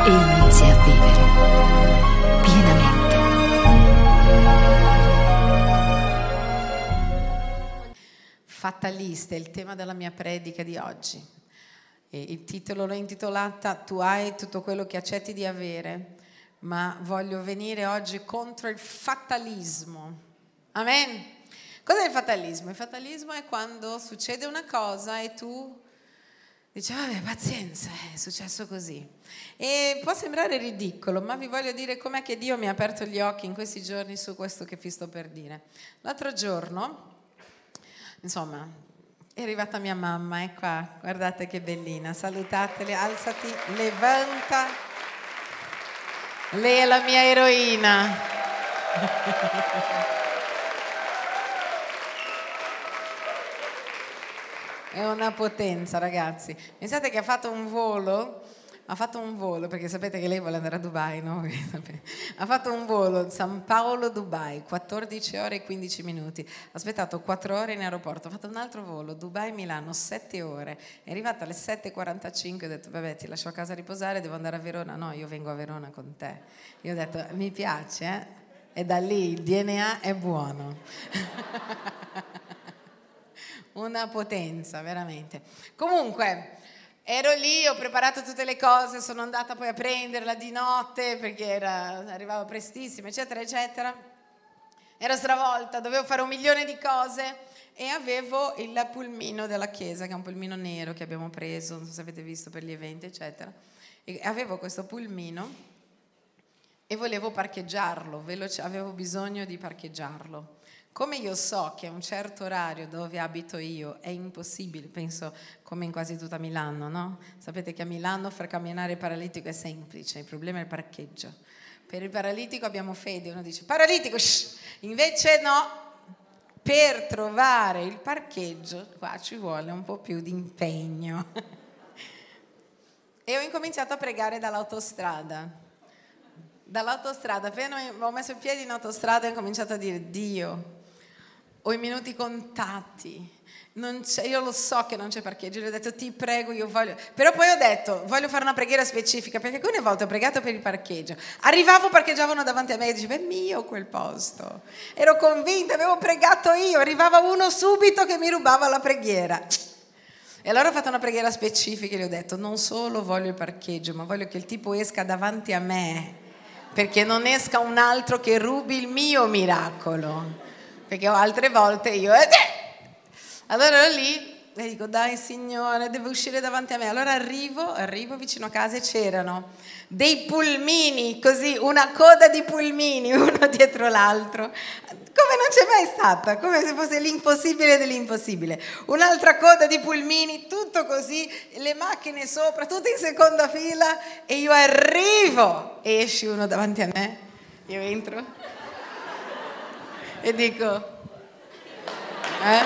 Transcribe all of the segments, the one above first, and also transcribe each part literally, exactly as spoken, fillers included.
e inizi a vivere pienamente. Fatalista è il tema della mia predica di oggi. E il titolo l'ho intitolata Tu hai tutto quello che accetti di avere, ma voglio venire oggi contro il fatalismo. Amen? Cos'è il fatalismo? Il fatalismo è quando succede una cosa e tu dici, vabbè, pazienza, è successo così. E può sembrare ridicolo, ma vi voglio dire com'è che Dio mi ha aperto gli occhi in questi giorni su questo che vi sto per dire. L'altro giorno, insomma, è arrivata mia mamma, è qua, guardate che bellina, salutatele, alzati, levanta. Lei è la mia eroina. È una potenza, ragazzi. Pensate che ha fatto un volo, ha fatto un volo, perché sapete che lei vuole andare a Dubai, no? Ha fatto un volo San Paolo-Dubai, quattordici ore e quindici minuti. Ha aspettato quattro ore in aeroporto, ha fatto un altro volo, Dubai-Milano, sette ore. È arrivata alle sette e quarantacinque, ho detto, vabbè, ti lascio a casa a riposare, devo andare a Verona. No, io vengo a Verona con te. Io ho detto, mi piace, eh? E da lì il D N A è buono. Una potenza, veramente. Comunque, ero lì, ho preparato tutte le cose, sono andata poi a prenderla di notte perché era, arrivava prestissimo, eccetera, eccetera. Ero stravolta, dovevo fare un milione di cose e avevo il pulmino della chiesa, che è un pulmino nero che abbiamo preso, non so se avete visto per gli eventi, eccetera. E avevo questo pulmino e volevo parcheggiarlo, veloce, avevo bisogno di parcheggiarlo. Come io so che a un certo orario dove abito io è impossibile, penso come in quasi tutta Milano, no? Sapete che a Milano far camminare il paralitico è semplice, il problema è il parcheggio. Per il paralitico abbiamo fede, uno dice paralitico, shh! Invece no, per trovare il parcheggio qua ci vuole un po' più di impegno. E ho incominciato a pregare dall'autostrada. Dall'autostrada, appena ho messo i piedi in autostrada ho incominciato a dire Dio, ho i minuti contati, non c'è, io lo so che non c'è parcheggio, gli ho detto ti prego, io voglio, però poi ho detto voglio fare una preghiera specifica, perché alcune volte ho pregato per il parcheggio, arrivavo, parcheggiavano davanti a me e dicevo è mio quel posto, ero convinta, avevo pregato io, arrivava uno subito che mi rubava la preghiera. E allora ho fatto una preghiera specifica e gli ho detto non solo voglio il parcheggio, ma voglio che il tipo esca davanti a me, perché non esca un altro che rubi il mio miracolo, perché altre volte io eh, allora ero lì e dico dai Signore deve uscire davanti a me, allora arrivo arrivo vicino a casa e c'erano dei pulmini così, una coda di pulmini uno dietro l'altro come non c'è mai stata, come se fosse l'impossibile dell'impossibile, un'altra coda di pulmini, tutto così, le macchine sopra, tutte in seconda fila e io arrivo e esce uno davanti a me, io entro e dico eh?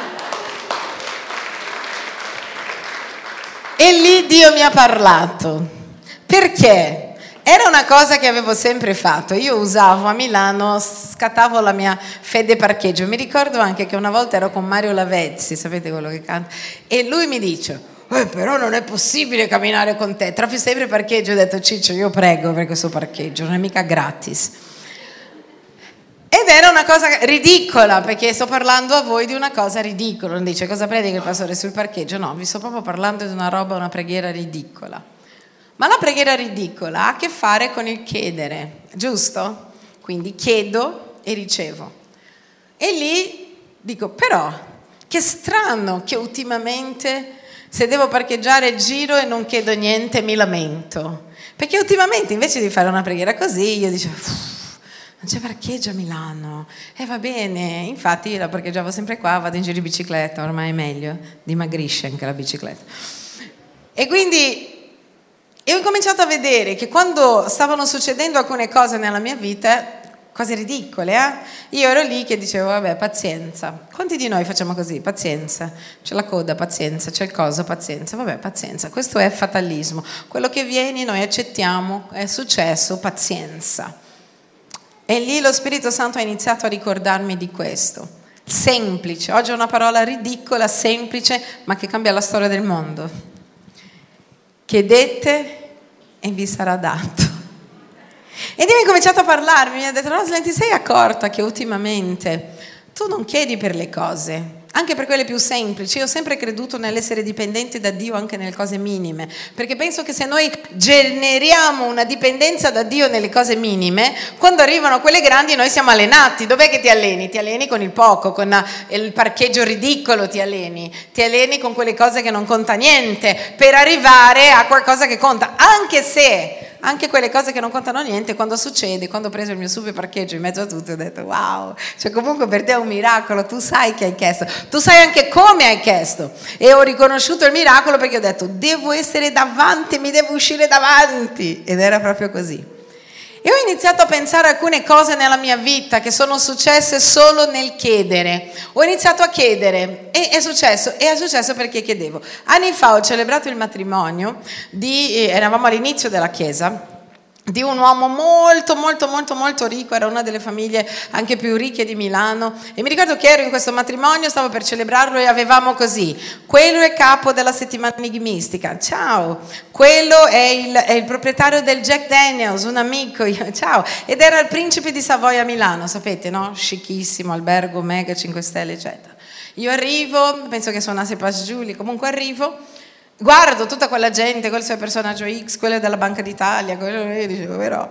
E lì Dio mi ha parlato, perché era una cosa che avevo sempre fatto, io usavo a Milano, scattavo la mia fede parcheggio, mi ricordo anche che una volta ero con Mario Lavezzi, sapete quello che canta, e lui mi dice eh, però non è possibile camminare con te, trovi sempre parcheggio, ho detto Ciccio io prego per questo parcheggio, non è mica gratis. Ed era una cosa ridicola, perché sto parlando a voi di una cosa ridicola. Non dice cosa predica il pastore sul parcheggio? No, vi sto proprio parlando di una roba, una preghiera ridicola. Ma la preghiera ridicola ha a che fare con il chiedere, giusto? Quindi chiedo e ricevo. E lì dico, però, che strano che ultimamente se devo parcheggiare giro e non chiedo niente mi lamento. Perché ultimamente invece di fare una preghiera così io dicevo... non c'è parcheggio a Milano, e eh, va bene, infatti io la parcheggiavo sempre qua, vado in giro di bicicletta, ormai è meglio, dimagrisce anche la bicicletta. E quindi ho incominciato a vedere che quando stavano succedendo alcune cose nella mia vita, cose ridicole, eh? Io ero lì che dicevo, vabbè, pazienza. Quanti di noi facciamo così? Pazienza. C'è la coda, pazienza. C'è il coso, pazienza. Vabbè, pazienza. Questo è fatalismo. Quello che viene noi accettiamo, è successo, pazienza. E lì lo Spirito Santo ha iniziato a ricordarmi di questo. Semplice. Oggi è una parola ridicola, semplice, ma che cambia la storia del mondo. Chiedete e vi sarà dato. E Dio mi ha cominciato a parlarmi, mi ha detto: Rosalind, ti sei accorta che ultimamente tu non chiedi per le cose, anche per quelle più semplici? Io ho sempre creduto nell'essere dipendenti da Dio anche nelle cose minime, perché penso che se noi generiamo una dipendenza da Dio nelle cose minime, quando arrivano quelle grandi noi siamo allenati. Dov'è che ti alleni? Ti alleni con il poco, con il parcheggio ridicolo, ti alleni, ti alleni con quelle cose che non conta niente per arrivare a qualcosa che conta, anche se anche quelle cose che non contano niente, quando succede, quando ho preso il mio super parcheggio in mezzo a tutto, ho detto wow, cioè comunque per te è un miracolo, tu sai che hai chiesto, tu sai anche come hai chiesto, e ho riconosciuto il miracolo perché ho detto devo essere davanti, mi devo uscire davanti, ed era proprio così. E ho iniziato a pensare a alcune cose nella mia vita che sono successe solo nel chiedere. Ho iniziato a chiedere e è successo, e è successo perché chiedevo. Anni fa ho celebrato il matrimonio di, eravamo all'inizio della chiesa, di un uomo molto molto molto molto ricco, era una delle famiglie anche più ricche di Milano, e mi ricordo che ero in questo matrimonio, stavo per celebrarlo e avevamo così: quello è capo della settimana enigmistica, ciao, quello è il, è il proprietario del Jack Daniels, un amico, io, ciao, ed era il principe di Savoia a Milano, sapete, no? Scicchissimo, albergo mega cinque stelle eccetera. Io arrivo, penso che suonasse Pas Giuli, comunque arrivo, guardo tutta quella gente, quel suo personaggio X, quello della Banca d'Italia, quello, e dicevo però,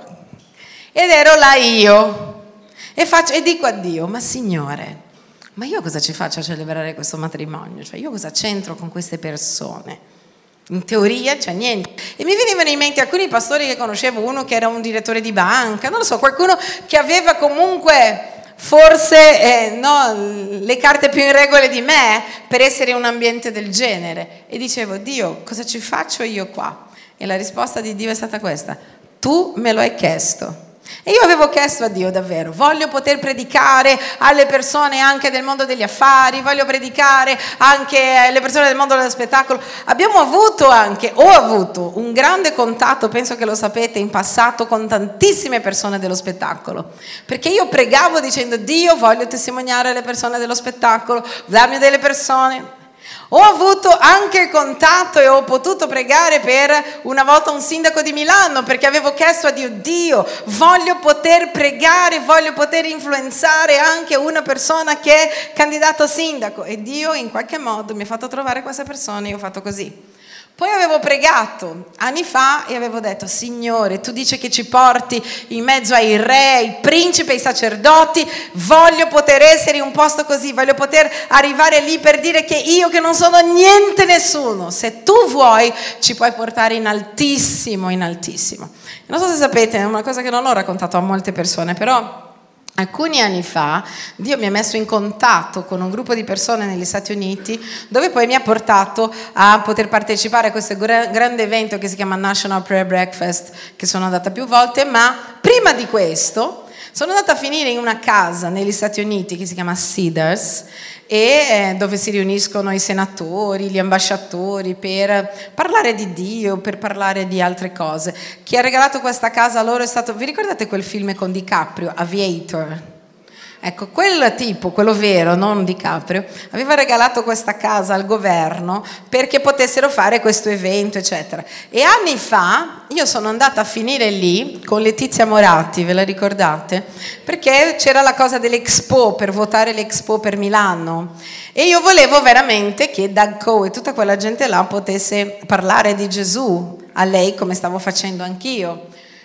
ed ero là io e, faccio, e dico a Dio: ma Signore, ma io cosa ci faccio a celebrare questo matrimonio? Cioè io cosa c'entro con queste persone? In teoria c'è niente. E mi venivano in mente alcuni pastori che conoscevo, uno che era un direttore di banca, non lo so, qualcuno che aveva comunque forse eh, no, le carte più in regola di me per essere in un ambiente del genere, e dicevo: Dio, cosa ci faccio io qua? E la risposta di Dio è stata questa: tu me lo hai chiesto. E io avevo chiesto a Dio davvero: voglio poter predicare alle persone anche del mondo degli affari, voglio predicare anche alle persone del mondo dello spettacolo. Abbiamo avuto anche, ho avuto un grande contatto, penso che lo sapete, in passato con tantissime persone dello spettacolo, perché io pregavo dicendo: Dio, voglio testimoniare alle persone dello spettacolo, dammi delle persone. Ho avuto anche il contatto e ho potuto pregare per una volta un sindaco di Milano, perché avevo chiesto a Dio: Dio, voglio poter pregare, voglio poter influenzare anche una persona che è candidato a sindaco, e Dio in qualche modo mi ha fatto trovare questa persona e io ho fatto così. Poi avevo pregato anni fa e avevo detto: Signore, tu dici che ci porti in mezzo ai re, ai principi, ai sacerdoti, voglio poter essere in un posto così, voglio poter arrivare lì per dire che io, che non sono niente nessuno, se tu vuoi ci puoi portare in altissimo, in altissimo. Non so se sapete, è una cosa che non ho raccontato a molte persone, però alcuni anni fa Dio mi ha messo in contatto con un gruppo di persone negli Stati Uniti, dove poi mi ha portato a poter partecipare a questo gra- grande evento che si chiama National Prayer Breakfast, che sono andata più volte, ma prima di questo sono andata a finire in una casa negli Stati Uniti che si chiama Cedars, e eh, dove si riuniscono i senatori, gli ambasciatori per parlare di Dio, per parlare di altre cose. Chi ha regalato questa casa a loro è stato, vi ricordate quel film con DiCaprio, Aviator? Ecco, quel tipo, quello vero, non DiCaprio, aveva regalato questa casa al governo perché potessero fare questo evento, eccetera. E anni fa io sono andata a finire lì con Letizia Moratti, ve la ricordate? Perché c'era la cosa dell'Expo, per votare l'Expo per Milano. E io volevo veramente che Doug Coe e tutta quella gente là potesse parlare di Gesù a lei, come stavo facendo anch'io.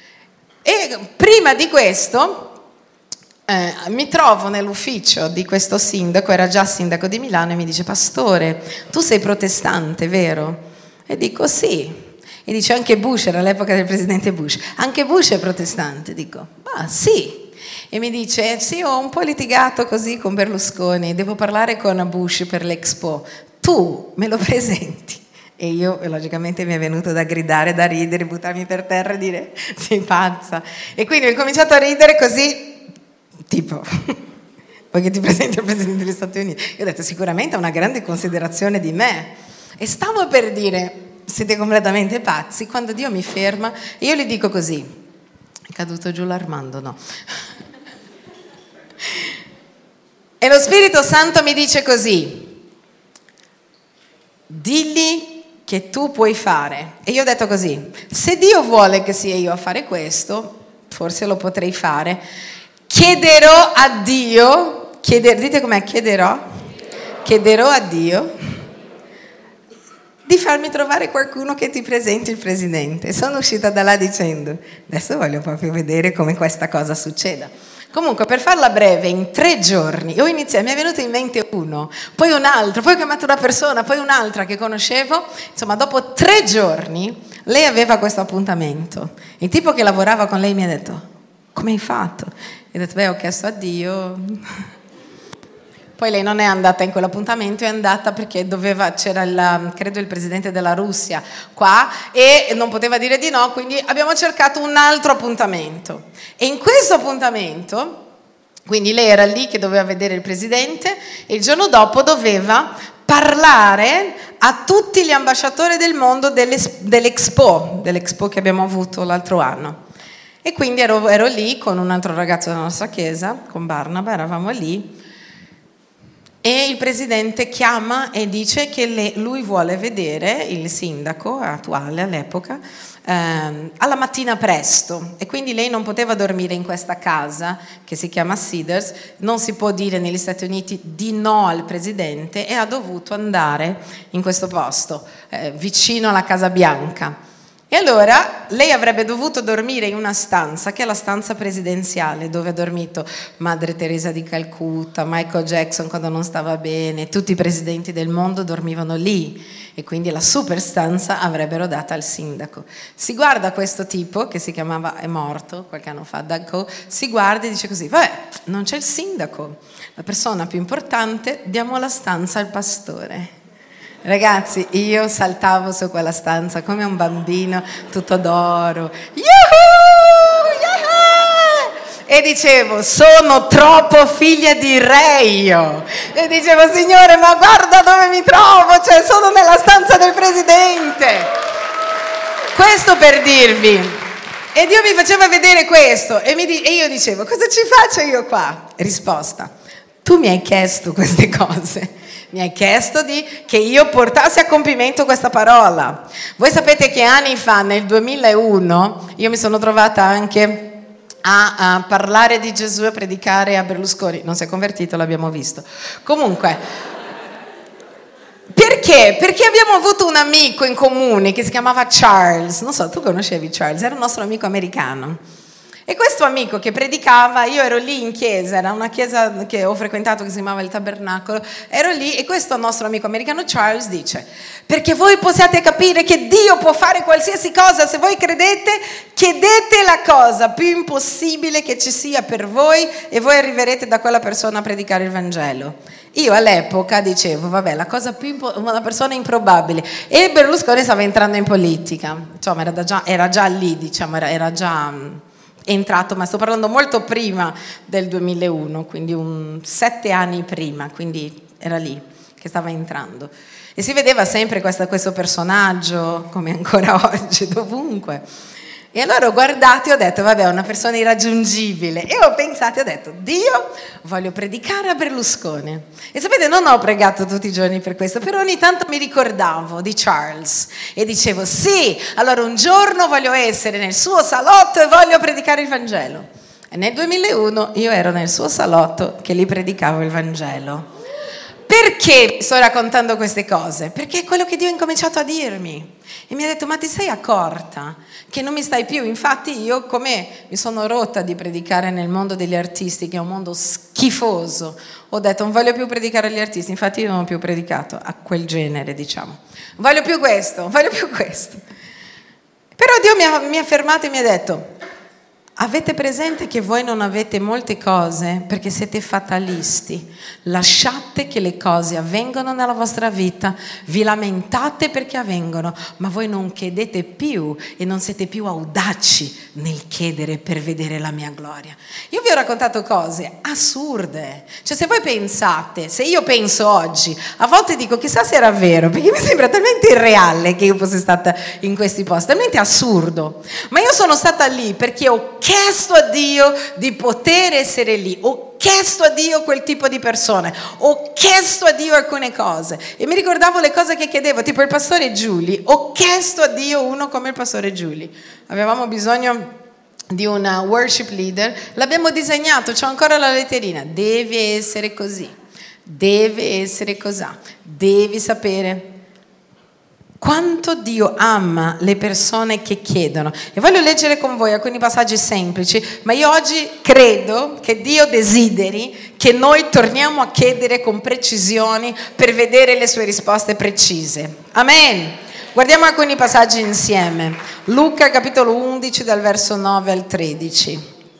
E prima di questo Eh, mi trovo nell'ufficio di questo sindaco, era già sindaco di Milano, e mi dice: Pastore, tu sei protestante, vero? E dico sì. E dice: anche Bush, era l'epoca del presidente Bush, anche Bush è protestante? Dico: ah sì. E mi dice: sì, ho un po' litigato così con Berlusconi, devo parlare con Bush per l'Expo, tu me lo presenti? E io, logicamente, mi è venuto da gridare, da ridere, buttarmi per terra e dire: sei pazza. E quindi ho cominciato a ridere così, tipo, poi che ti presenti al Presidente degli Stati Uniti. Io ho detto: sicuramente ha una grande considerazione di me. E stavo per dire: siete completamente pazzi, quando Dio mi ferma e io gli dico così: è caduto giù l'Armando, no? E lo Spirito Santo mi dice così: digli che tu puoi fare. E io ho detto così: se Dio vuole che sia io a fare questo, forse lo potrei fare. Chiederò a Dio, chieder, dite com'è, chiederò? Chiederò a Dio di farmi trovare qualcuno che ti presenti il presidente. Sono uscita da là dicendo, adesso voglio proprio vedere come questa cosa succeda. Comunque, per farla breve, in tre giorni io iniziai, mi è venuto in mente uno, poi un altro, poi ho chiamato una persona, poi un'altra che conoscevo. Insomma, dopo tre giorni lei aveva questo appuntamento. Il tipo che lavorava con lei mi ha detto, come hai fatto? E ho detto, beh, ho chiesto a Dio. Poi lei non è andata in quell'appuntamento, è andata perché doveva, c'era il, credo il presidente della Russia qua e non poteva dire di no, quindi abbiamo cercato un altro appuntamento. E in questo appuntamento, quindi lei era lì che doveva vedere il presidente e il giorno dopo doveva parlare a tutti gli ambasciatori del mondo dell'Expo, dell'Expo che abbiamo avuto l'altro anno. E quindi ero, ero lì con un altro ragazzo della nostra chiesa, con Barnaba, eravamo lì. E il presidente chiama e dice che le, lui vuole vedere il sindaco attuale all'epoca ehm, alla mattina presto, e quindi lei non poteva dormire in questa casa che si chiama Cedars. Non si può dire negli Stati Uniti di no al presidente, e ha dovuto andare in questo posto eh, vicino alla Casa Bianca. E allora lei avrebbe dovuto dormire in una stanza che è la stanza presidenziale, dove ha dormito Madre Teresa di Calcutta, Michael Jackson quando non stava bene, tutti i presidenti del mondo dormivano lì, e quindi la super stanza avrebbero data al sindaco. Si guarda questo tipo che si chiamava, è morto qualche anno fa, Doug Coe, si guarda e dice così, vabbè, non c'è il sindaco, la persona più importante, diamo la stanza al pastore. Ragazzi, io saltavo su quella stanza come un bambino tutto d'oro. Yuhu! Yeah! E dicevo, sono troppo figlia di re io. E dicevo, Signore, ma guarda dove mi trovo, cioè sono nella stanza del presidente. Questo per dirvi. E Dio mi faceva vedere questo e, mi di- e io dicevo, cosa ci faccio io qua? Risposta, tu mi hai chiesto queste cose. Mi hai chiesto di, che io portassi a compimento questa parola. Voi sapete che anni fa, nel duemilauno, io mi sono trovata anche a, a parlare di Gesù e a predicare a Berlusconi. Non si è convertito, l'abbiamo visto. Comunque, perché? Perché abbiamo avuto un amico in comune che si chiamava Charles. Non so, tu conoscevi Charles? Era un nostro amico americano. E questo amico che predicava, io ero lì in chiesa, era una chiesa che ho frequentato che si chiamava il Tabernacolo, ero lì e questo nostro amico americano Charles dice, perché voi possiate capire che Dio può fare qualsiasi cosa, se voi credete, chiedete la cosa più impossibile che ci sia per voi e voi arriverete da quella persona a predicare il Vangelo. Io all'epoca dicevo, vabbè, la cosa più impo- una persona improbabile, e Berlusconi stava entrando in politica, insomma era già, era già lì, diciamo, era, era già... entrato, ma sto parlando molto prima del duemilauno, quindi un sette anni prima, quindi era lì che stava entrando. E si vedeva sempre questa, questo personaggio, come ancora oggi, dovunque. E allora ho guardato e ho detto, vabbè, è una persona irraggiungibile. E ho pensato e ho detto, Dio, voglio predicare a Berlusconi. E sapete, non ho pregato tutti i giorni per questo, però ogni tanto mi ricordavo di Charles. E dicevo, sì, allora un giorno voglio essere nel suo salotto e voglio predicare il Vangelo. E nel duemilauno io ero nel suo salotto che gli predicavo il Vangelo. Perché sto raccontando queste cose? Perché è quello che Dio ha incominciato a dirmi. E mi ha detto, ma ti sei accorta che non mi stai più? Infatti io, come mi sono rotta di predicare nel mondo degli artisti, che è un mondo schifoso, ho detto, non voglio più predicare agli artisti. Infatti io non ho più predicato a quel genere, diciamo. Non voglio più questo, non voglio più questo. Però Dio mi ha, mi ha fermato e mi ha detto, avete presente che voi non avete molte cose perché siete fatalisti? Lasciate che le cose avvengano nella vostra vita, vi lamentate perché avvengono, ma voi non chiedete più e non siete più audaci nel chiedere per vedere la mia gloria. Io vi ho raccontato cose assurde, cioè se voi pensate, se io penso oggi, a volte dico chissà se era vero, perché mi sembra talmente irreale che io fossi stata in questi posti, talmente assurdo, ma io sono stata lì perché ho chiesto a Dio di poter essere lì, ho chiesto a Dio quel tipo di persone, ho chiesto a Dio alcune cose e mi ricordavo le cose che chiedevo, tipo il pastore Giuli, ho chiesto a Dio uno come il pastore Giuli, avevamo bisogno di una worship leader, l'abbiamo disegnato, c'ho ancora la letterina, deve essere così, deve essere così, devi sapere quanto Dio ama le persone che chiedono. E voglio leggere con voi alcuni passaggi semplici, ma io oggi credo che Dio desideri che noi torniamo a chiedere con precisioni per vedere le sue risposte precise. Amen. Guardiamo alcuni passaggi insieme. Luca capitolo undici dal verso nove al tredici.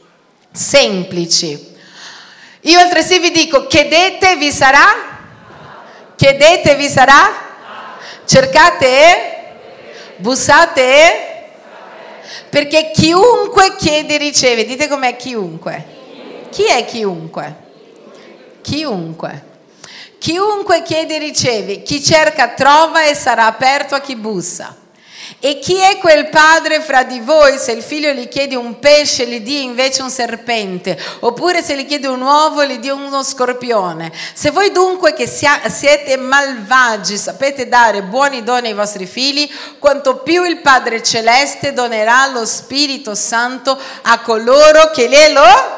Semplici. Io altresì vi dico, chiedete vi sarà? Chiedete vi sarà? Cercate e bussate e perché chiunque chiede riceve. Dite com'è chiunque. Chi è chiunque? Chiunque. Chiunque chiede riceve, chi cerca trova e sarà aperto a chi bussa. E chi è quel padre fra di voi se il figlio gli chiede un pesce gli dia invece un serpente, oppure se gli chiede un uovo gli dia uno scorpione? Se voi dunque che siete malvagi sapete dare buoni doni ai vostri figli, quanto più il Padre Celeste donerà lo Spirito Santo a coloro che glielo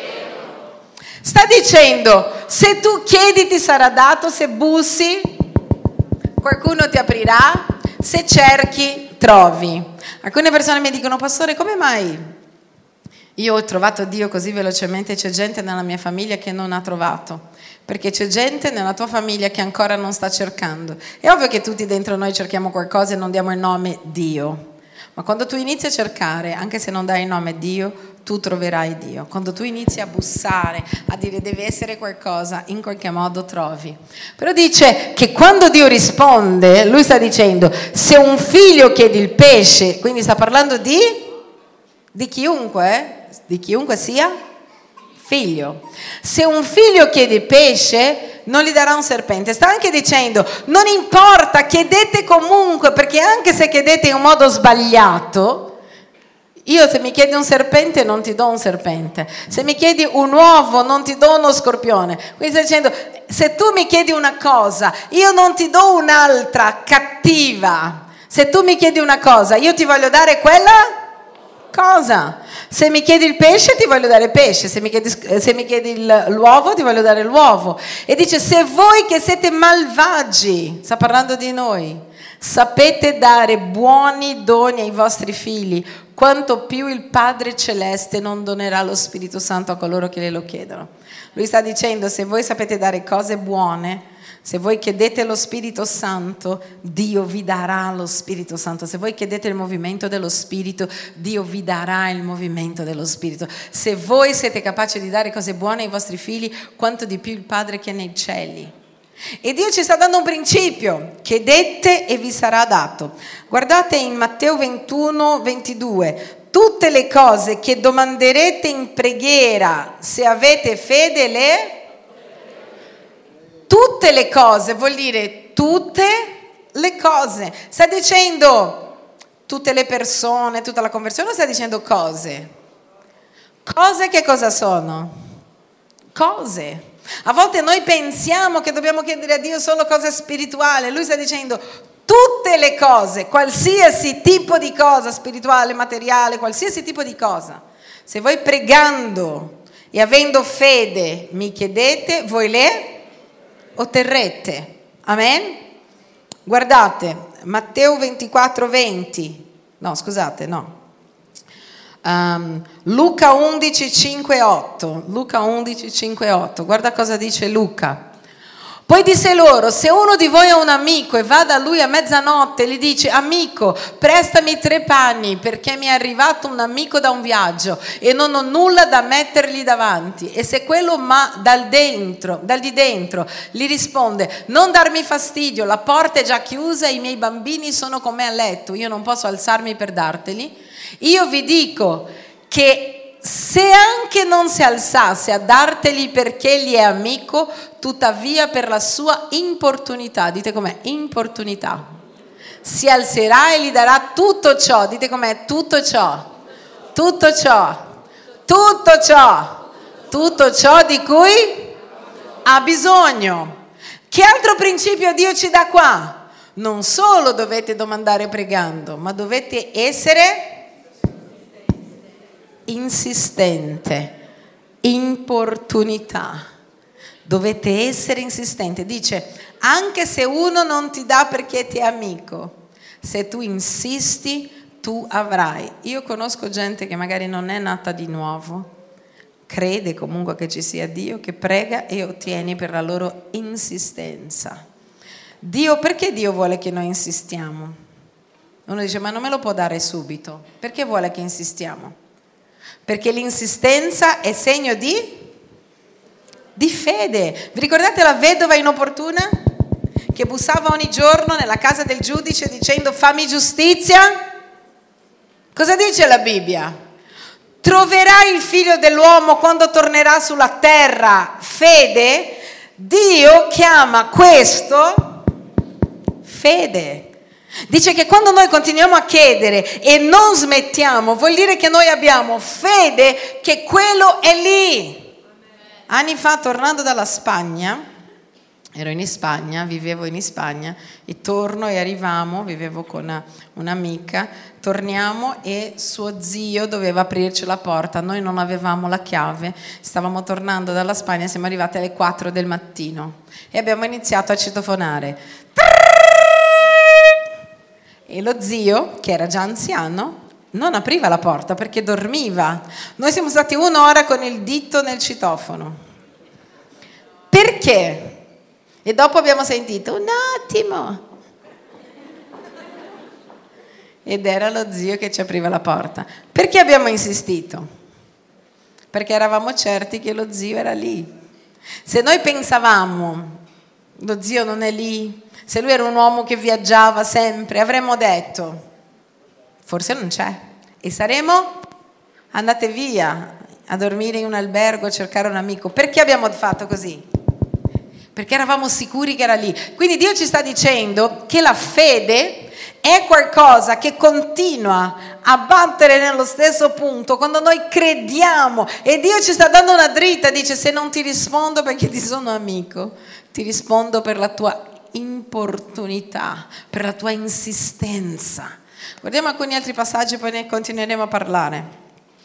sta dicendo. Se tu chiedi ti sarà dato, se bussi qualcuno ti aprirà, se cerchi trovi. Alcune persone mi dicono, pastore, come mai io ho trovato Dio così velocemente? C'è gente nella mia famiglia che non ha trovato, perché c'è gente nella tua famiglia che ancora non sta cercando. È ovvio che tutti dentro noi cerchiamo qualcosa e non diamo il nome Dio, ma quando tu inizi a cercare, anche se non dai il nome Dio, tu troverai Dio. Quando tu inizi a bussare, a dire deve essere qualcosa, in qualche modo trovi. Però dice che quando Dio risponde, lui sta dicendo, se un figlio chiede il pesce, quindi sta parlando di, di chiunque, eh? di chiunque sia figlio. Se un figlio chiede pesce, non gli darà un serpente. Sta anche dicendo, non importa, chiedete comunque, perché anche se chiedete in un modo sbagliato, io se mi chiedi un serpente non ti do un serpente, se mi chiedi un uovo non ti do uno scorpione. Quindi sta dicendo, se tu mi chiedi una cosa, io non ti do un'altra cattiva. Se tu mi chiedi una cosa, io ti voglio dare quella cosa. Se mi chiedi il pesce ti voglio dare pesce, se mi chiedi, se mi chiedi il, l'uovo ti voglio dare l'uovo. E dice, se voi che siete malvagi, sta parlando di noi, sapete dare buoni doni ai vostri figli, quanto più il Padre Celeste non donerà lo Spirito Santo a coloro che glielo chiedono. Lui sta dicendo, se voi sapete dare cose buone, se voi chiedete lo Spirito Santo, Dio vi darà lo Spirito Santo. Se voi chiedete il movimento dello Spirito, Dio vi darà il movimento dello Spirito. Se voi siete capaci di dare cose buone ai vostri figli, quanto di più il Padre che è nei cieli. E Dio ci sta dando un principio, chiedete e vi sarà dato. Guardate in Matteo ventuno ventidue, tutte le cose che domanderete in preghiera, se avete fede le... Tutte le cose vuol dire tutte le cose. Sta dicendo tutte le persone, tutta la conversione, o sta dicendo cose? Cose che cosa sono? Cose. A volte noi pensiamo che dobbiamo chiedere a Dio solo cose spirituali. Lui sta dicendo tutte le cose, qualsiasi tipo di cosa spirituale, materiale, qualsiasi tipo di cosa. Se voi pregando e avendo fede mi chiedete, voi le otterrete. Amen? Guardate, Matteo ventiquattro venti. No, scusate, no. Um, Luca undici cinque otto. Luca undici cinque otto. Guarda cosa dice Luca. Poi disse loro, se uno di voi ha un amico e va da lui a mezzanotte e gli dice, amico, prestami tre panni perché mi è arrivato un amico da un viaggio e non ho nulla da mettergli davanti. E se quello ma dal dentro, dal di dentro gli risponde, non darmi fastidio, la porta è già chiusa e i miei bambini sono con me a letto, io non posso alzarmi per darteli. Io vi dico che se anche non si alzasse a darteli perché egli è amico, tuttavia per la sua importunità, dite com'è, importunità, si alzerà e gli darà tutto ciò, dite com'è, tutto ciò, tutto ciò, tutto ciò, tutto ciò di cui ha bisogno. Che altro principio Dio ci dà qua? Non solo dovete domandare pregando, ma dovete essere insistente, importunità. Dovete essere insistenti. Dice, anche se uno non ti dà perché ti è amico, se tu insisti, tu avrai. Io conosco gente che magari non è nata di nuovo, crede comunque che ci sia Dio, che prega e ottiene per la loro insistenza. Dio, perché Dio vuole che noi insistiamo? Uno dice, ma non me lo può dare subito. Perché vuole che insistiamo? Perché l'insistenza è segno di, di fede. Vi ricordate la vedova inopportuna? Che bussava ogni giorno nella casa del giudice dicendo, fammi giustizia? Cosa dice la Bibbia? Troverai il figlio dell'uomo quando tornerà sulla terra. Fede. Dio chiama questo fede. Dice che quando noi continuiamo a chiedere e non smettiamo, vuol dire che noi abbiamo fede che quello è lì. Anni fa, tornando dalla Spagna, ero in Spagna, vivevo in Spagna e torno e arriviamo, vivevo con una, un'amica, torniamo e suo zio doveva aprirci la porta, noi non avevamo la chiave, stavamo tornando dalla Spagna, siamo arrivati alle quattro del mattino e abbiamo iniziato a citofonare. E lo zio, che era già anziano, non apriva la porta perché dormiva. Noi siamo stati un'ora con il dito nel citofono. Perché? E dopo abbiamo sentito, un attimo. Ed era lo zio che ci apriva la porta. Perché abbiamo insistito? Perché eravamo certi che lo zio era lì. Se noi pensavamo, lo zio non è lì, se lui era un uomo che viaggiava sempre, avremmo detto, forse non c'è. E saremo andate via a dormire in un albergo, a cercare un amico. Perché abbiamo fatto così? Perché eravamo sicuri che era lì. Quindi Dio ci sta dicendo che la fede è qualcosa che continua a battere nello stesso punto quando noi crediamo e Dio ci sta dando una dritta, dice se non ti rispondo perché ti sono amico, ti rispondo per la tua importunità, per la tua insistenza. Guardiamo alcuni altri passaggi e poi ne continueremo a parlare.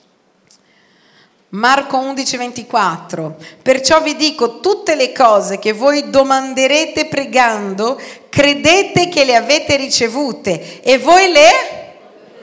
Marco undici ventiquattro, perciò vi dico tutte le cose che voi domanderete pregando, credete che le avete ricevute e voi le...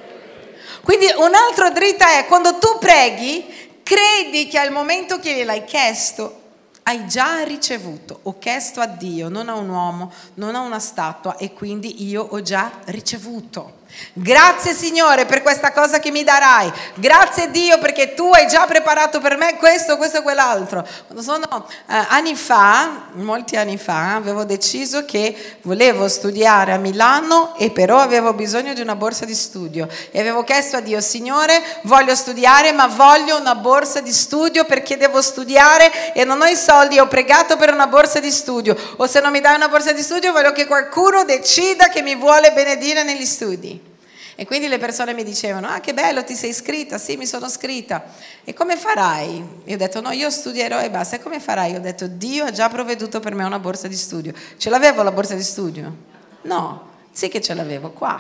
Quindi un'altra dritta è quando tu preghi, credi che al momento che gliel'hai chiesto hai già ricevuto, ho chiesto a Dio, non a un uomo, non a una statua e quindi io ho già ricevuto. Grazie Signore per questa cosa che mi darai, grazie Dio perché tu hai già preparato per me questo, questo e quell'altro. Quando sono eh, anni fa, molti anni fa, avevo deciso che volevo studiare a Milano e però avevo bisogno di una borsa di studio e avevo chiesto a Dio, Signore voglio studiare ma voglio una borsa di studio perché devo studiare e non ho i soldi, ho pregato per una borsa di studio o se non mi dai una borsa di studio voglio che qualcuno decida che mi vuole benedire negli studi. E quindi le persone mi dicevano, ah che bello ti sei iscritta, sì mi sono iscritta, e come farai? Io ho detto no, io studierò e basta. E come farai? Io ho detto Dio ha già provveduto per me una borsa di studio. Ce l'avevo la borsa di studio? No, sì che ce l'avevo qua.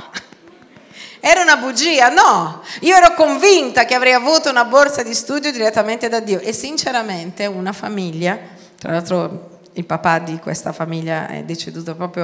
Era una bugia? No, io ero convinta che avrei avuto una borsa di studio direttamente da Dio e sinceramente una famiglia, tra l'altro il papà di questa famiglia è deceduto proprio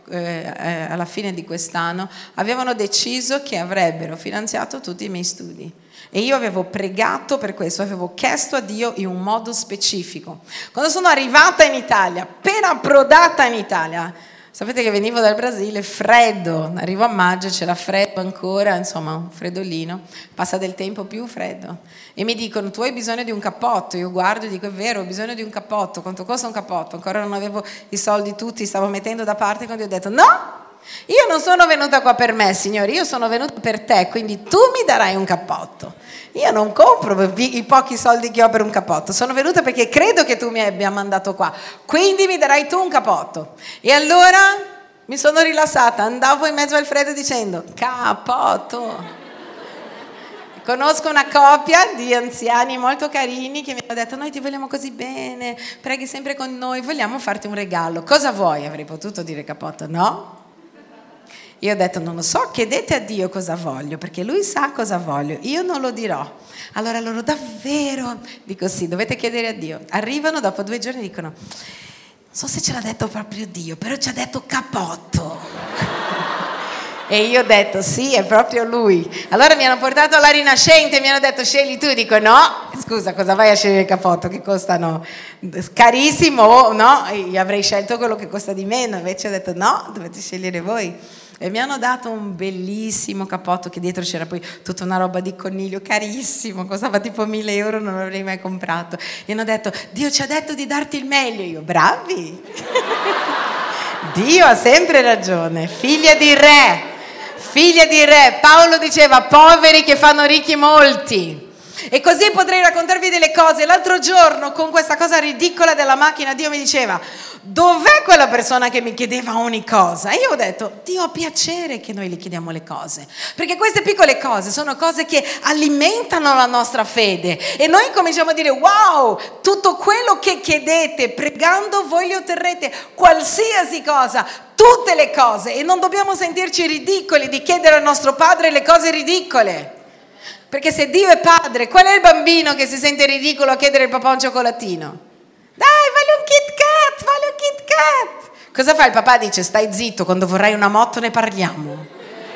eh, alla fine di quest'anno, avevano deciso che avrebbero finanziato tutti i miei studi e io avevo pregato per questo, avevo chiesto a Dio in un modo specifico. Quando sono arrivata in Italia, appena approdata in Italia, sapete che venivo dal Brasile, freddo, arrivo a maggio, c'era freddo ancora, insomma un freddolino, passa del tempo più freddo. E mi dicono, tu hai bisogno di un cappotto, io guardo e dico, è vero, ho bisogno di un cappotto, quanto costa un cappotto? Ancora non avevo i soldi tutti, stavo mettendo da parte quando ho detto, no, io non sono venuta qua per me, Signore, io sono venuta per te, quindi tu mi darai un cappotto. Io non compro i pochi soldi che ho per un cappotto, sono venuta perché credo che tu mi abbia mandato qua, quindi mi darai tu un cappotto. E allora mi sono rilassata, andavo in mezzo al freddo dicendo, cappotto. Conosco una coppia di anziani molto carini che mi hanno detto, noi ti vogliamo così bene, preghi sempre con noi, vogliamo farti un regalo. Cosa vuoi? Avrei potuto dire cappotto, no? Io ho detto, non lo so, chiedete a Dio cosa voglio, perché Lui sa cosa voglio, io non lo dirò. Allora loro, davvero? Dico sì, dovete chiedere a Dio. Arrivano dopo due giorni e dicono, non so se ce l'ha detto proprio Dio, però ci ha detto cappotto. E io ho detto, sì, è proprio Lui. Allora mi hanno portato alla Rinascente e mi hanno detto, scegli tu. Dico, no, scusa, cosa vai a scegliere il cappotto che costano carissimo? No, io avrei scelto quello che costa di meno. Invece ho detto, no, dovete scegliere voi. E mi hanno dato un bellissimo cappotto che dietro c'era poi tutta una roba di coniglio carissimo, costava tipo mille euro, non l'avrei mai comprato. E hanno detto, Dio ci ha detto di darti il meglio. Io, bravi! Dio ha sempre ragione, figlia di re. Figlia di re, Paolo diceva poveri che fanno ricchi molti. E così potrei raccontarvi delle cose. L'altro giorno con questa cosa ridicola della macchina Dio mi diceva, dov'è quella persona che mi chiedeva ogni cosa? E io ho detto, Dio ha piacere che noi gli chiediamo le cose, perché queste piccole cose sono cose che alimentano la nostra fede e noi cominciamo a dire, wow, tutto quello che chiedete pregando voi li otterrete, qualsiasi cosa, tutte le cose, e non dobbiamo sentirci ridicoli di chiedere al nostro Padre le cose ridicole. Perché se Dio è padre, qual è il bambino che si sente ridicolo a chiedere al papà un cioccolatino? Dai, voglio un Kit Kat, voglio un Kit Kat. Cosa fa il papà? Dice, stai zitto, quando vorrai una moto ne parliamo.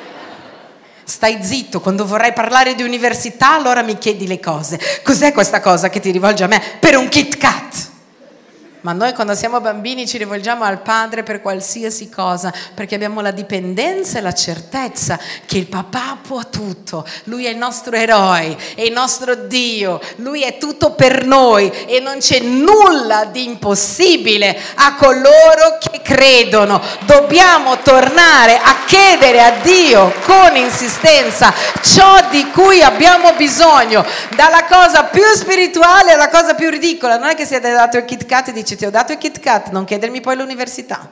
Stai zitto, quando vorrai parlare di università allora mi chiedi le cose. Cos'è questa cosa che ti rivolge a me? Per un Kit Kat. Ma noi quando siamo bambini ci rivolgiamo al Padre per qualsiasi cosa, perché abbiamo la dipendenza e la certezza che il papà può tutto. Lui è il nostro eroe, è il nostro Dio, Lui è tutto per noi e non c'è nulla di impossibile a coloro che credono. Dobbiamo tornare a chiedere a Dio con insistenza ciò di cui abbiamo bisogno, dalla cosa più spirituale alla cosa più ridicola. Non è che siete dato il Kit Kat e dici ti ho dato il Kit Kat, non chiedermi poi l'università.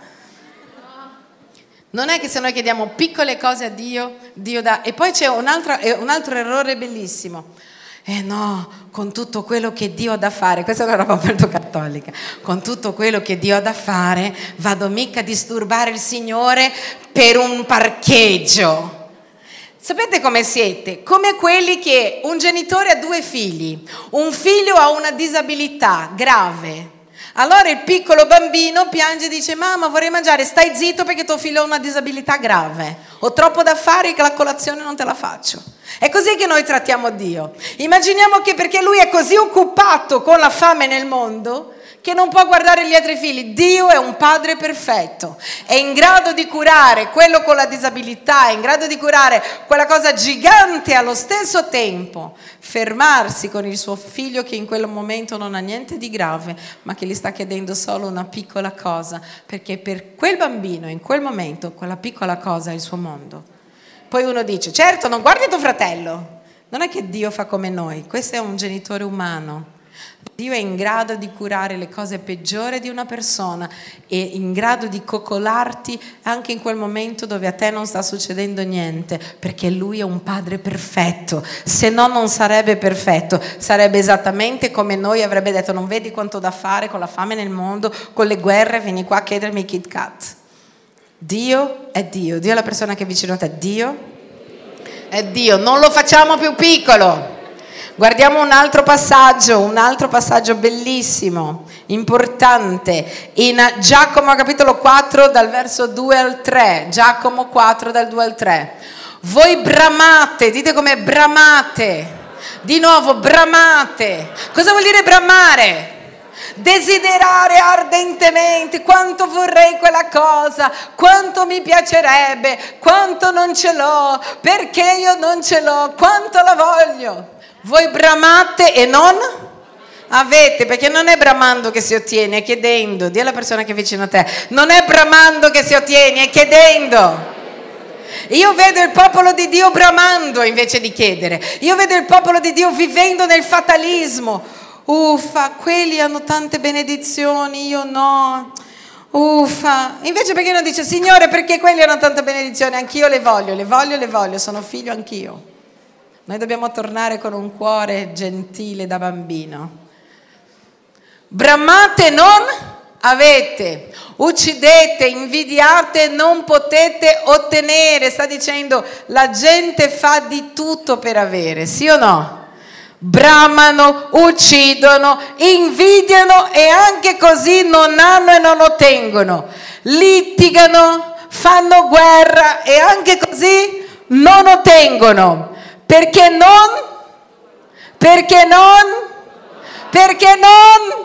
Non è che se noi chiediamo piccole cose a Dio, Dio dà. E poi c'è un altro, un altro errore bellissimo. Eh no, con tutto quello che Dio ha da fare, questa è una roba molto cattolica, con tutto quello che Dio ha da fare, vado mica a disturbare il Signore per un parcheggio. Sapete come siete? Come quelli che un genitore ha due figli, un figlio ha una disabilità grave. Allora il piccolo bambino piange e dice, mamma vorrei mangiare, stai zitto perché tuo figlio ha una disabilità grave, ho troppo da fare che la colazione non te la faccio. È così che noi trattiamo Dio. Immaginiamo che perché Lui è così occupato con la fame nel mondo che non può guardare gli altri figli. Dio è un padre perfetto, è in grado di curare quello con la disabilità, è in grado di curare quella cosa gigante allo stesso tempo, fermarsi con il suo figlio che in quel momento non ha niente di grave, ma che gli sta chiedendo solo una piccola cosa, perché per quel bambino in quel momento quella piccola cosa è il suo mondo. Poi uno dice, certo, non guardi tuo fratello. Non è che Dio fa come noi, questo è un genitore umano. Dio è in grado di curare le cose peggiori di una persona e in grado di coccolarti anche in quel momento dove a te non sta succedendo niente, perché Lui è un padre perfetto, se no non sarebbe perfetto, sarebbe esattamente come noi, avrebbe detto non vedi quanto da fare con la fame nel mondo, con le guerre, vieni qua a chiedermi Kit Kat. Dio è Dio, Dio è la persona che è vicino a te, Dio è Dio, non lo facciamo più piccolo. Guardiamo un altro passaggio, un altro passaggio bellissimo, importante, in Giacomo capitolo quattro dal verso due al tre, Giacomo quattro dal due al tre. Voi bramate, dite come bramate, di nuovo bramate. Cosa vuol dire bramare? Desiderare ardentemente, quanto vorrei quella cosa, quanto mi piacerebbe, quanto non ce l'ho, perché io non ce l'ho, quanto la voglio. Voi bramate e non avete, perché non è bramando che si ottiene, è chiedendo. Dì alla persona che è vicino a te, non è bramando che si ottiene, è chiedendo. Io vedo il popolo di Dio bramando invece di chiedere. Io vedo il popolo di Dio vivendo nel fatalismo. Uffa, quelli hanno tante benedizioni, io no. Uffa, invece perché non dice, Signore, perché quelli hanno tante benedizioni, anch'io le voglio, le voglio, le voglio, sono figlio anch'io. Noi dobbiamo tornare con un cuore gentile da bambino. Bramate non avete, uccidete, invidiate, non potete ottenere. Sta dicendo, la gente fa di tutto per avere, sì o no? Bramano, uccidono, invidiano e anche così non hanno e non ottengono. Litigano, fanno guerra e anche così non ottengono. Perché non? Perché non? Perché non?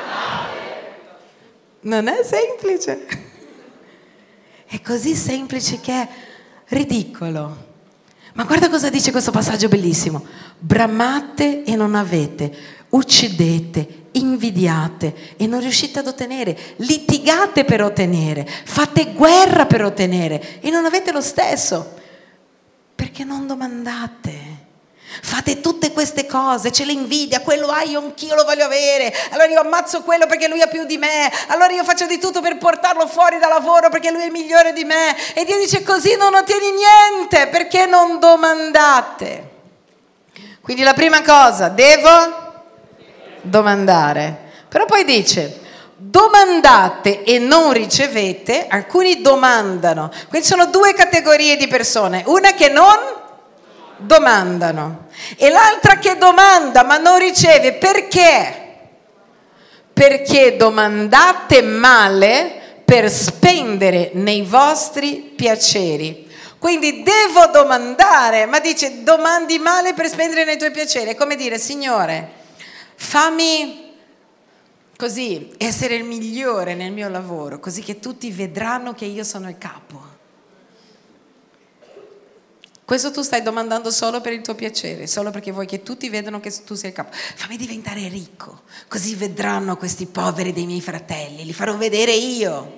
Non è semplice. È così semplice che è ridicolo. Ma guarda cosa dice questo passaggio bellissimo. Bramate e non avete, uccidete, invidiate e non riuscite ad ottenere, litigate per ottenere, fate guerra per ottenere e non avete lo stesso. Perché non domandate? Fate tutte queste cose, c'è l'invidia, quello ha, io anch'io lo voglio avere, allora io ammazzo quello perché lui ha più di me, allora io faccio di tutto per portarlo fuori da lavoro perché lui è migliore di me. E Dio dice, così non ottieni niente, perché non domandate. Quindi la prima cosa, devo domandare. Però poi dice, domandate e non ricevete. Alcuni domandano, quindi sono due categorie di persone, una che non domandano e l'altra che domanda ma non riceve. Perché? Perché domandate male per spendere nei vostri piaceri. Quindi devo domandare, ma dice domandi male per spendere nei tuoi piaceri. È come dire, Signore, fammi così essere il migliore nel mio lavoro, così che tutti vedranno che io sono il capo. Questo tu stai domandando solo per il tuo piacere, solo perché vuoi che tutti vedano che tu sei il capo. Fammi diventare ricco, così vedranno questi poveri dei miei fratelli, li farò vedere io.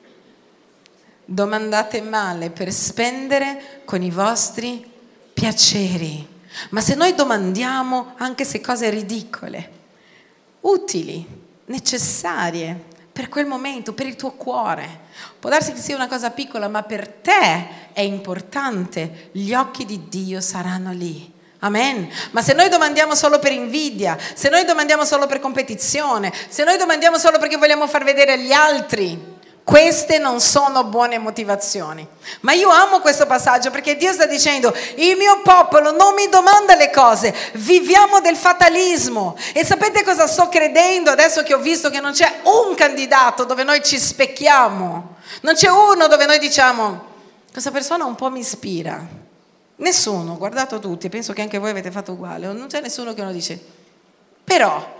Domandate male per spendere con i vostri piaceri. Ma se noi domandiamo anche se cose ridicole, utili, necessarie, per quel momento, per il tuo cuore. Può darsi che sia una cosa piccola, ma per te è importante. Gli occhi di Dio saranno lì. Amen. Ma se noi domandiamo solo per invidia, se noi domandiamo solo per competizione, se noi domandiamo solo perché vogliamo far vedere agli altri, queste non sono buone motivazioni. Ma io amo questo passaggio perché Dio sta dicendo, il mio popolo non mi domanda le cose, viviamo del fatalismo. E sapete cosa sto credendo adesso che ho visto che non c'è un candidato dove noi ci specchiamo, non c'è uno dove noi diciamo questa persona un po' mi ispira. Nessuno, guardato tutti, penso che anche voi avete fatto uguale, non c'è nessuno che uno dice però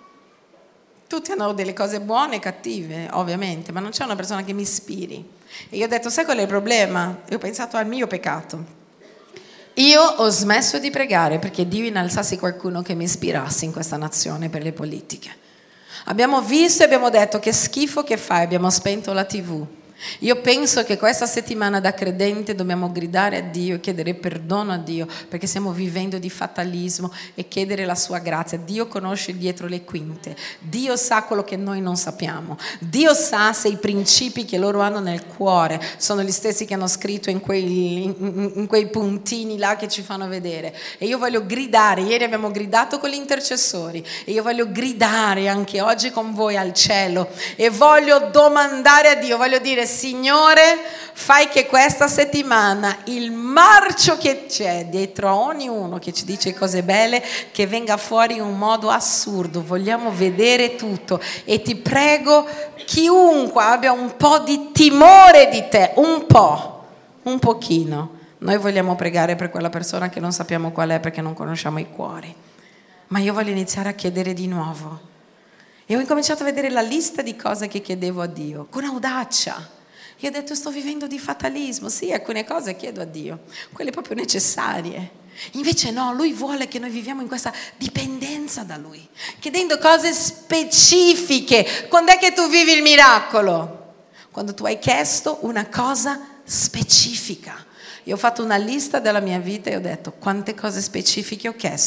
tutti hanno delle cose buone e cattive, ovviamente, ma non c'è una persona che mi ispiri. E io ho detto, sai qual è il problema? E ho pensato al mio peccato. Io ho smesso di pregare perché Dio innalzasse qualcuno che mi ispirasse in questa nazione per le politiche. Abbiamo visto e abbiamo detto che schifo che fai, abbiamo spento la tivù. Io penso che questa settimana da credente dobbiamo gridare a Dio e chiedere perdono a Dio perché stiamo vivendo di fatalismo e chiedere la sua grazia. Dio conosce dietro le quinte, Dio sa quello che noi non sappiamo, Dio sa se i principi che loro hanno nel cuore sono gli stessi che hanno scritto in quei, in, in quei puntini là che ci fanno vedere. E io voglio gridare, ieri abbiamo gridato con gli intercessori e io voglio gridare anche oggi con voi al cielo e voglio domandare a Dio, voglio dire Signore, fai che questa settimana il marcio che c'è dietro a ognuno che ci dice cose belle, che venga fuori in un modo assurdo. Vogliamo vedere tutto e ti prego, chiunque abbia un po' di timore di te, un po', un pochino, noi vogliamo pregare per quella persona che non sappiamo qual è perché non conosciamo i cuori. Ma io voglio iniziare a chiedere di nuovo. E ho incominciato a vedere la lista di cose che chiedevo a Dio, con audacia. Io ho detto, sto vivendo di fatalismo. Sì, alcune cose chiedo a Dio, quelle proprio necessarie. Invece no, Lui vuole che noi viviamo in questa dipendenza da Lui, chiedendo cose specifiche. Quando è che tu vivi il miracolo? Quando tu hai chiesto una cosa specifica. Io ho fatto una lista della mia vita e ho detto, quante cose specifiche ho chiesto.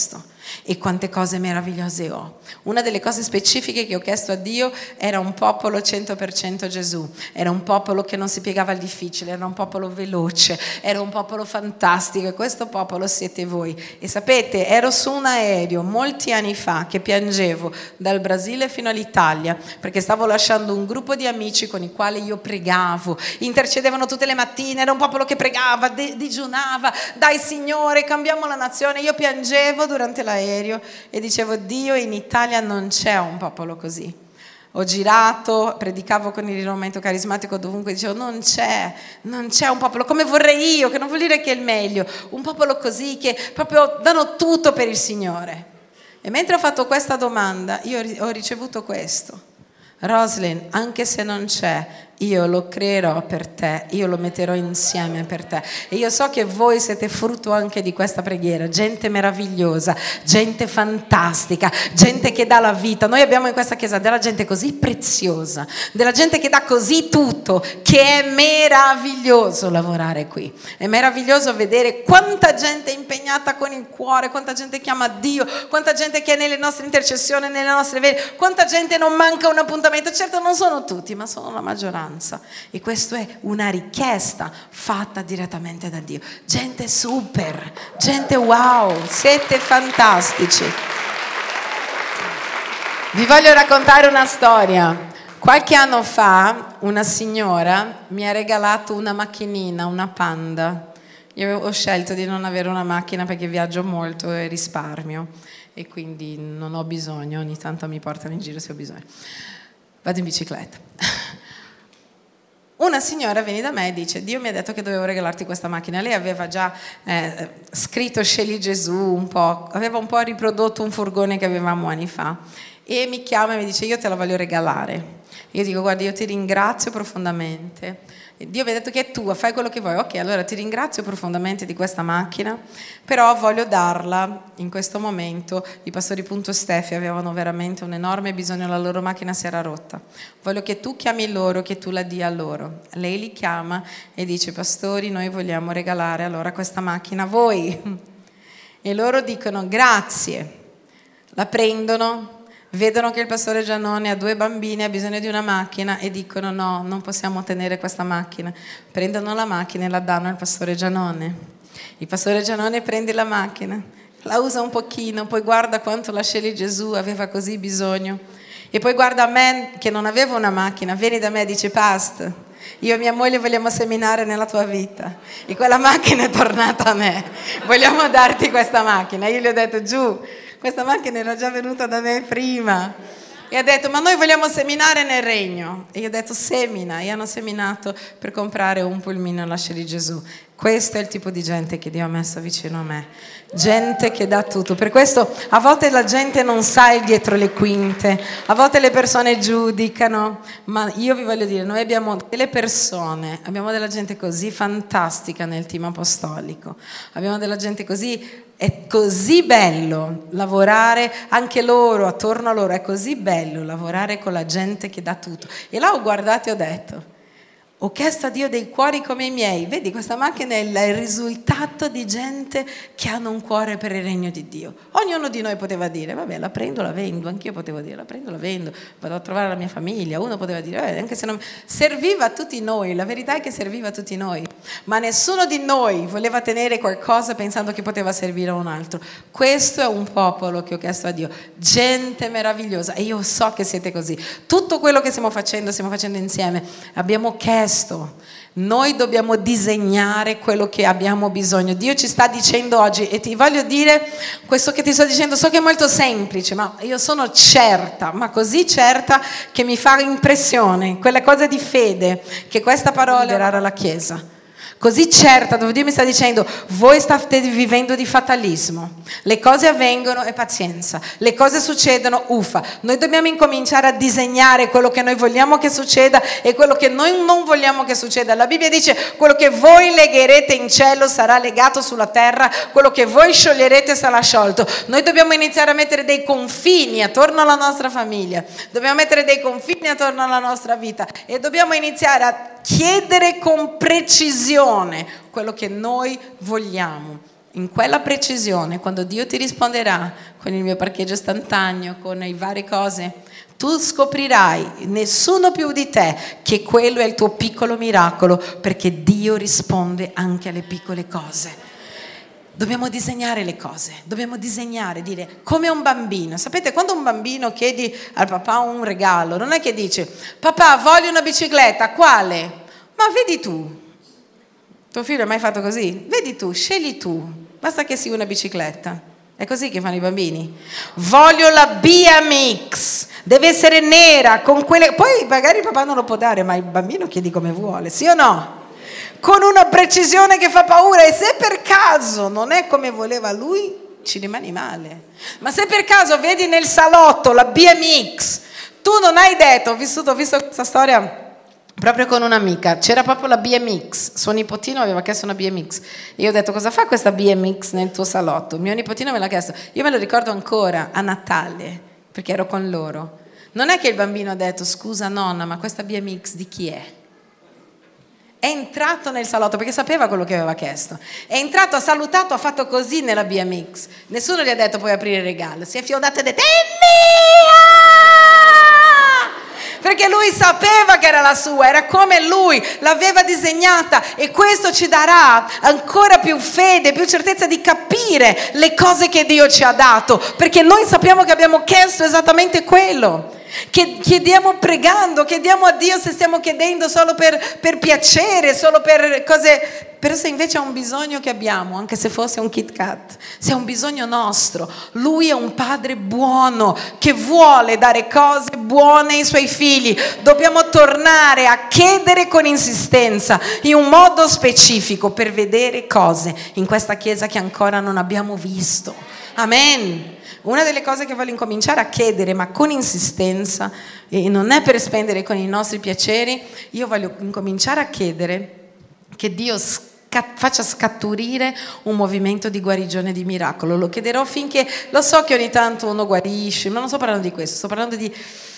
E quante cose meravigliose ho. Una delle cose specifiche che ho chiesto a Dio era un popolo cento per cento Gesù, era un popolo che non si piegava al difficile, era un popolo veloce, era un popolo fantastico, e questo popolo siete voi. E sapete, ero su un aereo molti anni fa che piangevo dal Brasile fino all'Italia perché stavo lasciando un gruppo di amici con i quali io pregavo, intercedevano tutte le mattine, era un popolo che pregava, de- digiunava, dai Signore cambiamo la nazione. Io piangevo durante la aereo e dicevo: Dio, in Italia non c'è un popolo così. Ho girato, predicavo con il rinnovamento carismatico dovunque, dicevo non c'è, non c'è un popolo come vorrei io, che non vuol dire che è il meglio, un popolo così che proprio danno tutto per il Signore. E mentre ho fatto questa domanda io ho ricevuto questo: Roslyn, anche se non c'è, io lo creerò per te, io lo metterò insieme per te. E io so che voi siete frutto anche di questa preghiera, gente meravigliosa, gente fantastica, gente che dà la vita. Noi abbiamo in questa chiesa della gente così preziosa, della gente che dà così tutto, che è meraviglioso lavorare qui. È meraviglioso vedere quanta gente è impegnata con il cuore, quanta gente chiama Dio, quanta gente che è nelle nostre intercessioni, nelle nostre vere, quanta gente non manca un appuntamento. Certo non sono tutti, ma sono la maggioranza. E questa è una richiesta fatta direttamente da Dio. Gente super, gente wow, siete fantastici. Vi voglio raccontare una storia. Qualche anno fa una signora mi ha regalato una macchinina, una Panda. Io ho scelto di non avere una macchina perché viaggio molto e risparmio e quindi non ho bisogno, ogni tanto mi portano in giro se ho bisogno. Vado in bicicletta. Una signora viene da me e dice: Dio mi ha detto che dovevo regalarti questa macchina. Lei aveva già eh, scritto Scegli Gesù un po', aveva un po' riprodotto un furgone che avevamo anni fa e mi chiama e mi dice: io te la voglio regalare. Io dico: guarda, io ti ringrazio profondamente, Dio mi ha detto che è tua, fai quello che vuoi. Ok, allora ti ringrazio profondamente di questa macchina, però voglio darla in questo momento. I pastori Punto Stefi avevano veramente un enorme bisogno, la loro macchina si era rotta. Voglio che tu chiami loro, che tu la dia a loro. Lei li chiama e dice: pastori, noi vogliamo regalare allora questa macchina a voi. E loro dicono: grazie. La prendono, vedono che il pastore Giannone ha due bambini, ha bisogno di una macchina e dicono: no, non possiamo tenere questa macchina. Prendono la macchina e la danno al pastore Giannone. Il pastore Giannone prende la macchina, la usa un pochino, poi guarda quanto la Scegli Gesù aveva così bisogno e poi guarda me che non avevo una macchina, vieni da me e dice: Past, io e mia moglie vogliamo seminare nella tua vita e quella macchina è tornata a me, vogliamo darti questa macchina. Io gli ho detto: giù, questa macchina era già venuta da me prima. E ha detto: ma noi vogliamo seminare nel regno. E io ho detto: semina. E hanno seminato per comprare un pulmino alla Scegli Gesù. Questo è il tipo di gente che Dio ha messo vicino a me, gente che dà tutto. Per questo a volte la gente non sa il dietro le quinte, a volte le persone giudicano, ma io vi voglio dire, noi abbiamo delle persone, abbiamo della gente così fantastica nel team apostolico, abbiamo della gente così. È così bello lavorare anche loro, attorno a loro, è così bello lavorare con la gente che dà tutto. E là ho guardato e ho detto: ho chiesto a Dio dei cuori come i miei. Vedi, questa macchina è il risultato di gente che hanno un cuore per il regno di Dio. Ognuno di noi poteva dire: vabbè, la prendo, la vendo. Anch'io potevo dire: la prendo, la vendo, vado a trovare la mia famiglia. Uno poteva dire: vabbè, anche se non... serviva a tutti noi. La verità è che serviva a tutti noi, ma nessuno di noi voleva tenere qualcosa pensando che poteva servire a un altro. Questo è un popolo che ho chiesto a Dio, gente meravigliosa, e io so che siete così. Tutto quello che stiamo facendo stiamo facendo insieme. Abbiamo chiesto, noi dobbiamo disegnare quello che abbiamo bisogno. Dio ci sta dicendo oggi, e ti voglio dire questo che ti sto dicendo, so che è molto semplice, ma io sono certa, ma così certa che mi fa impressione, quelle cose di fede, che questa parola libererà la Chiesa. Così certa, dove Dio mi sta dicendo: voi state vivendo di fatalismo, le cose avvengono e pazienza, le cose succedono, uffa. Noi dobbiamo incominciare a disegnare quello che noi vogliamo che succeda e quello che noi non vogliamo che succeda. La Bibbia dice: quello che voi legherete in cielo sarà legato sulla terra, quello che voi scioglierete sarà sciolto. Noi dobbiamo iniziare a mettere dei confini attorno alla nostra famiglia, dobbiamo mettere dei confini attorno alla nostra vita e dobbiamo iniziare a chiedere con precisione quello che noi vogliamo. In quella precisione, quando Dio ti risponderà, con il mio parcheggio istantaneo, con le varie cose, tu scoprirai, nessuno più di te, che quello è il tuo piccolo miracolo, perché Dio risponde anche alle piccole cose. Dobbiamo disegnare le cose, dobbiamo disegnare, dire come un bambino. Sapete, quando un bambino chiedi al papà un regalo, non è che dice: papà, voglio una bicicletta, quale? Ma vedi tu, tuo figlio ha mai fatto così? Vedi tu, scegli tu, basta che sia una bicicletta. È così che fanno i bambini. Voglio la B M X, deve essere nera, con quelle... Poi magari il papà non lo può dare, ma il bambino chiede come vuole, sì o no? Con una precisione che fa paura, e se per caso non è come voleva lui, ci rimani male. Ma se per caso vedi nel salotto la B M X, tu non hai detto, ho vissuto, ho visto questa storia proprio con un'amica, c'era proprio la B M X, suo nipotino aveva chiesto una B M X, e io ho detto: cosa fa questa B M X nel tuo salotto? Mio nipotino me l'ha chiesto, io me lo ricordo ancora a Natale, perché ero con loro. Non è che il bambino ha detto: scusa nonna, ma questa B M X di chi è? È entrato nel salotto perché sapeva quello che aveva chiesto. È entrato, ha salutato, ha fatto così nella B M X. Nessuno gli ha detto: puoi aprire il regalo. Si è fiondato e ha detto: è mia! Perché lui sapeva che era la sua, era come lui, l'aveva disegnata, e questo ci darà ancora più fede, più certezza di capire le cose che Dio ci ha dato, perché noi sappiamo che abbiamo chiesto esattamente quello. Che chiediamo pregando, chiediamo a Dio se stiamo chiedendo solo per, per piacere, solo per cose, però se invece è un bisogno che abbiamo, anche se fosse un Kit Kat, se è un bisogno nostro, Lui è un padre buono che vuole dare cose buone ai suoi figli. Dobbiamo tornare a chiedere con insistenza, in un modo specifico, per vedere cose in questa chiesa che ancora non abbiamo visto. Amen. Una delle cose che voglio incominciare a chiedere, ma con insistenza, e non è per spendere con i nostri piaceri, io voglio incominciare a chiedere che Dio scat- faccia scaturire un movimento di guarigione e di miracolo. Lo chiederò finché, lo so che ogni tanto uno guarisce, ma non sto parlando di questo, sto parlando di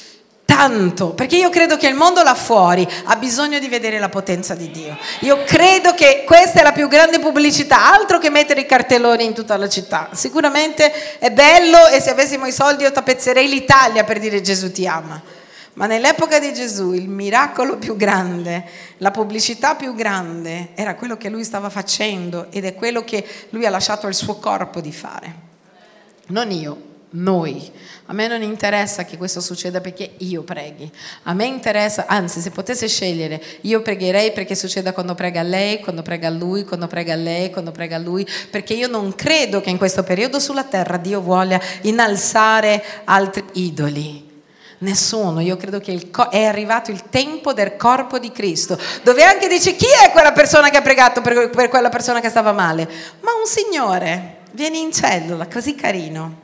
tanto, perché io credo che il mondo là fuori ha bisogno di vedere la potenza di Dio. Io credo che questa è la più grande pubblicità, altro che mettere i cartelloni in tutta la città. Sicuramente è bello, e se avessimo i soldi io tappezzerei l'Italia per dire Gesù ti ama. Ma nell'epoca di Gesù il miracolo più grande, la pubblicità più grande era quello che lui stava facendo, ed è quello che lui ha lasciato al suo corpo di fare. Non io, noi. A me non interessa che questo succeda perché io preghi. A me interessa, anzi, se potesse scegliere, io pregherei perché succeda quando prega lei, quando prega lui, quando prega lei, quando prega lui, perché io non credo che in questo periodo sulla terra Dio voglia innalzare altri idoli. Nessuno. Io credo che il co- è arrivato il tempo del corpo di Cristo, dove anche dice: chi è quella persona che ha pregato per, per quella persona che stava male? Ma un signore viene in cellula, così carino,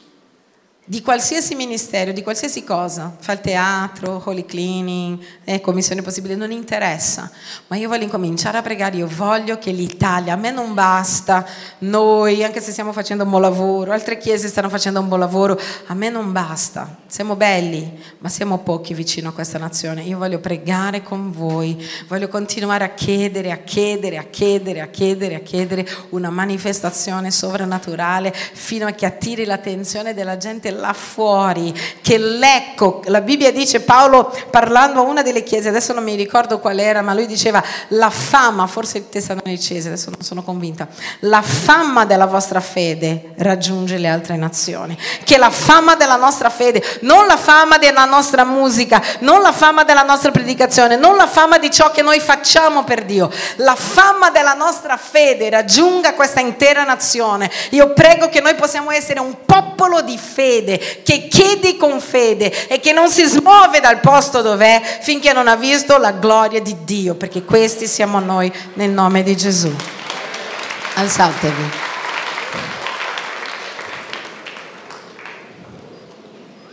di qualsiasi ministero, di qualsiasi cosa, fa il teatro, holy cleaning, eh, commissione possibile, non interessa, ma io voglio incominciare a pregare. Io voglio che l'Italia, a me non basta noi, anche se stiamo facendo un buon lavoro, altre chiese stanno facendo un buon lavoro, a me non basta, siamo belli, ma siamo pochi vicino a questa nazione. Io voglio pregare con voi, voglio continuare a chiedere, a chiedere, a chiedere, a chiedere, a chiedere una manifestazione sovrannaturale, fino a che attiri l'attenzione della gente là fuori, che l'ecco. La Bibbia dice, Paolo parlando a una delle chiese, adesso non mi ricordo qual era, ma lui diceva: la fama, forse il Tessalonicese, adesso non sono convinta, la fama della vostra fede raggiunge le altre nazioni. Che la fama della nostra fede, non la fama della nostra musica, non la fama della nostra predicazione, non la fama di ciò che noi facciamo per Dio, la fama della nostra fede raggiunga questa intera nazione. Io prego che noi possiamo essere un popolo di fede, che chiede con fede e che non si smuove dal posto dov'è finché non ha visto la gloria di Dio, perché questi siamo noi, nel nome di Gesù. Alzatevi.